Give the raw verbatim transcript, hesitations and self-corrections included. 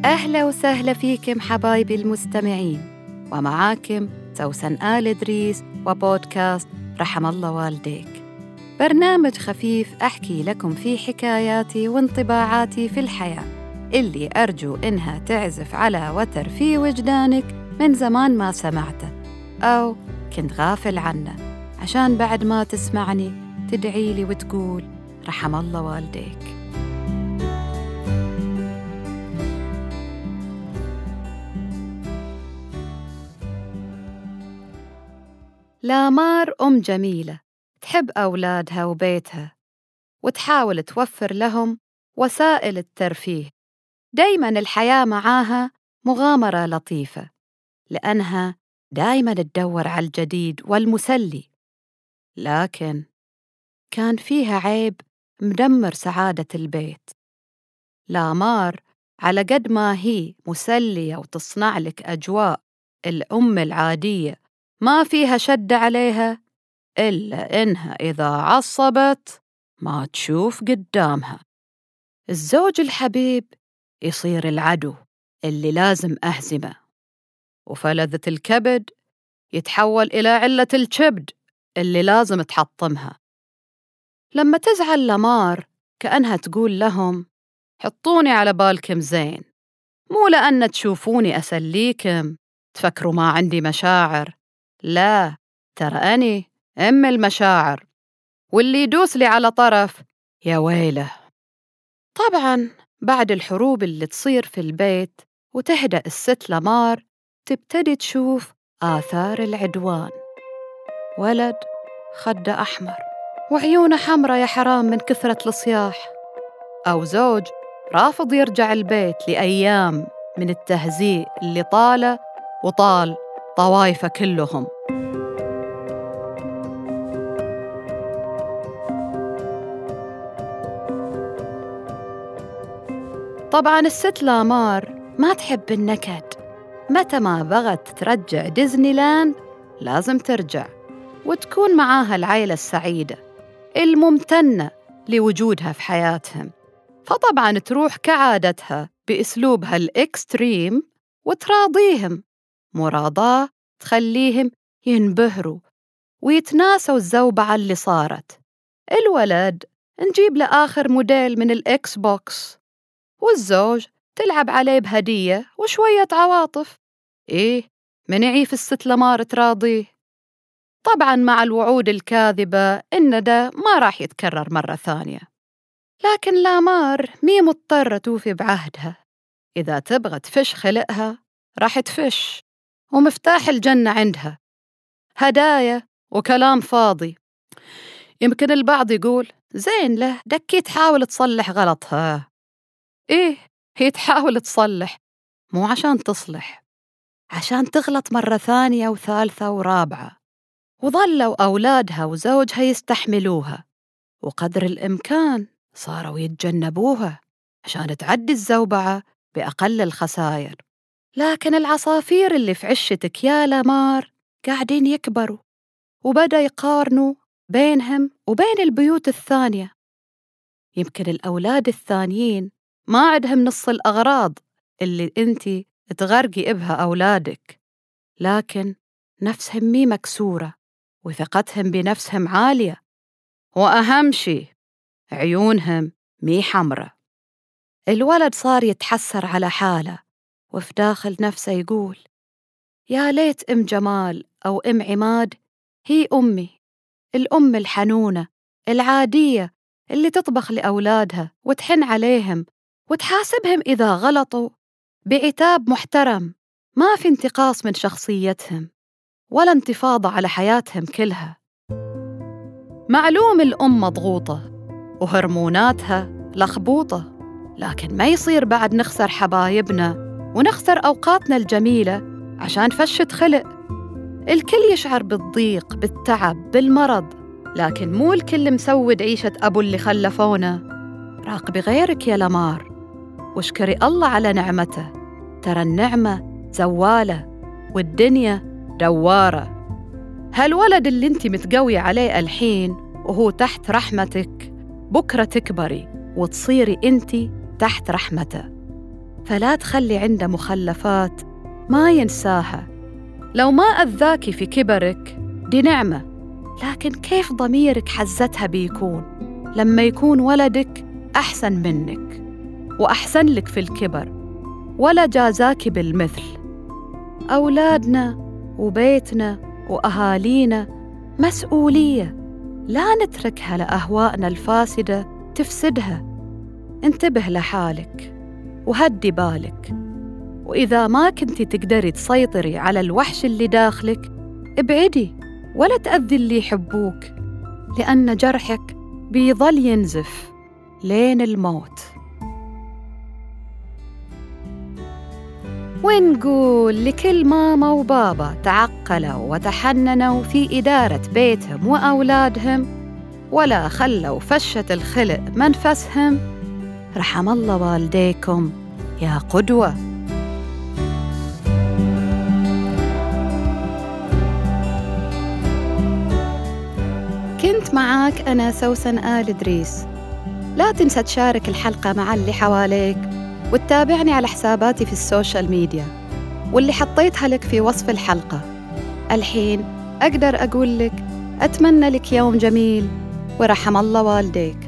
أهلا وسهلا فيكم حبايبي المستمعين، ومعاكم سوسن آل إدريس وبودكاست رحم الله والديك، برنامج خفيف أحكي لكم فيه حكاياتي وانطباعاتي في الحياة اللي أرجو إنها تعزف على وتر في وجدانك من زمان ما سمعته أو كنت غافل عنه، عشان بعد ما تسمعني تدعي لي وتقول رحم الله والديك. لامار أم جميلة تحب أولادها وبيتها وتحاول توفر لهم وسائل الترفيه. دايماً الحياة معاها مغامرة لطيفة، لأنها دايماً تدور على الجديد والمسلي، لكن كان فيها عيب مدمر سعادة البيت. لامار على قد ما هي مسلية وتصنع لك أجواء الأم العادية ما فيها شد عليها، إلا إنها إذا عصبت ما تشوف قدامها. الزوج الحبيب يصير العدو اللي لازم أهزمه، وفلذة الكبد يتحول إلى علة الكبد اللي لازم تحطمها. لما تزعل لامار كأنها تقول لهم حطوني على بالكم زين، مو لأن تشوفوني أسليكم تفكروا ما عندي مشاعر، لا، ترى أني أم المشاعر، واللي يدوس لي على طرف يا ويله. طبعاً بعد الحروب اللي تصير في البيت وتهدأ الست لامار تبتدي تشوف آثار العدوان. ولد خده أحمر وعيونه حمرة يا حرام من كثرة الصياح، أو زوج رافض يرجع البيت لأيام من التهزيء اللي طاله وطال طوايفه كلهم. طبعاً الست لامار ما تحب النكد، متى ما بغت ترجع ديزني لاند لازم ترجع وتكون معاها العائلة السعيدة الممتنة لوجودها في حياتهم، فطبعاً تروح كعادتها بأسلوبها الإكستريم وتراضيهم مراضاة تخليهم ينبهروا ويتناسوا الزوبعة اللي صارت. الولد نجيب له آخر موديل من الإكس بوكس، والزوج تلعب عليه بهدية وشوية عواطف. إيه، من يعيف الست لامار تراضيه، طبعاً مع الوعود الكاذبة إن ده ما راح يتكرر مرة ثانية. لكن لامار مي مضطرة توفي بعهدها، إذا تبغى تفش خلقها راح تفش، ومفتاح الجنة عندها. هدايا وكلام فاضي. يمكن البعض يقول زين له دكي تحاول تصلح غلطها. إيه، هي تحاول تصلح مو عشان تصلح، عشان تغلط مرة ثانية وثالثة ورابعة. وظلوا أولادها وزوجها يستحملوها، وقدر الإمكان صاروا يتجنبوها عشان تعدي الزوبعة بأقل الخسائر. لكن العصافير اللي في عشتك يا لامار قاعدين يكبروا، وبدأ يقارنوا بينهم وبين البيوت الثانية. يمكن الأولاد الثانيين ما عندهم نص الأغراض اللي أنتي تغرقي إبها أولادك، لكن نفسهم مي مكسورة وثقتهم بنفسهم عالية، وأهم شي عيونهم مي حمرة. الولد صار يتحسر على حاله، وفي داخل نفسه يقول يا ليت أم جمال أو أم عماد هي أمي، الأم الحنونة العادية اللي تطبخ لأولادها وتحن عليهم وتحاسبهم إذا غلطوا بعتاب محترم، ما في انتقاص من شخصيتهم ولا انتفاضة على حياتهم كلها. معلوم الأم مضغوطة وهرموناتها لخبوطة، لكن ما يصير بعد نخسر حبايبنا ونخسر أوقاتنا الجميلة عشان فشة خلق. الكل يشعر بالضيق، بالتعب، بالمرض، لكن مو الكل مسود عيشة أبو اللي خلفونا. راقبي غيرك يا لامار واشكري الله على نعمته، ترى النعمة زوالة والدنيا دوارة. هالولد اللي انت متقوي عليه الحين وهو تحت رحمتك، بكرة تكبري وتصيري انت تحت رحمته. فلا تخلي عنده مخلفات ما ينساها. لو ما أذاكي في كبرك دي نعمة، لكن كيف ضميرك حزتها بيكون لما يكون ولدك أحسن منك وأحسن لك في الكبر ولا جازاكي بالمثل؟ أولادنا وبيتنا وأهالينا مسؤولية، لا نتركها لأهوائنا الفاسدة تفسدها. انتبه لحالك وهدي بالك، وإذا ما كنتي تقدري تسيطري على الوحش اللي داخلك ابعدي ولا تأذي اللي يحبوك، لأن جرحك بيظل ينزف لين الموت. ونقول لكل ماما وبابا تعقلوا وتحننوا في إدارة بيتهم وأولادهم ولا خلوا فشة الخلق منفسهم، رحم الله والديكم يا قدوة. كنت معاك أنا سوسن آل إدريس. لا تنسى تشارك الحلقة مع اللي حواليك وتتابعني على حساباتي في السوشيال ميديا واللي حطيتها لك في وصف الحلقة. الحين أقدر أقول لك أتمنى لك يوم جميل ورحم الله والديك.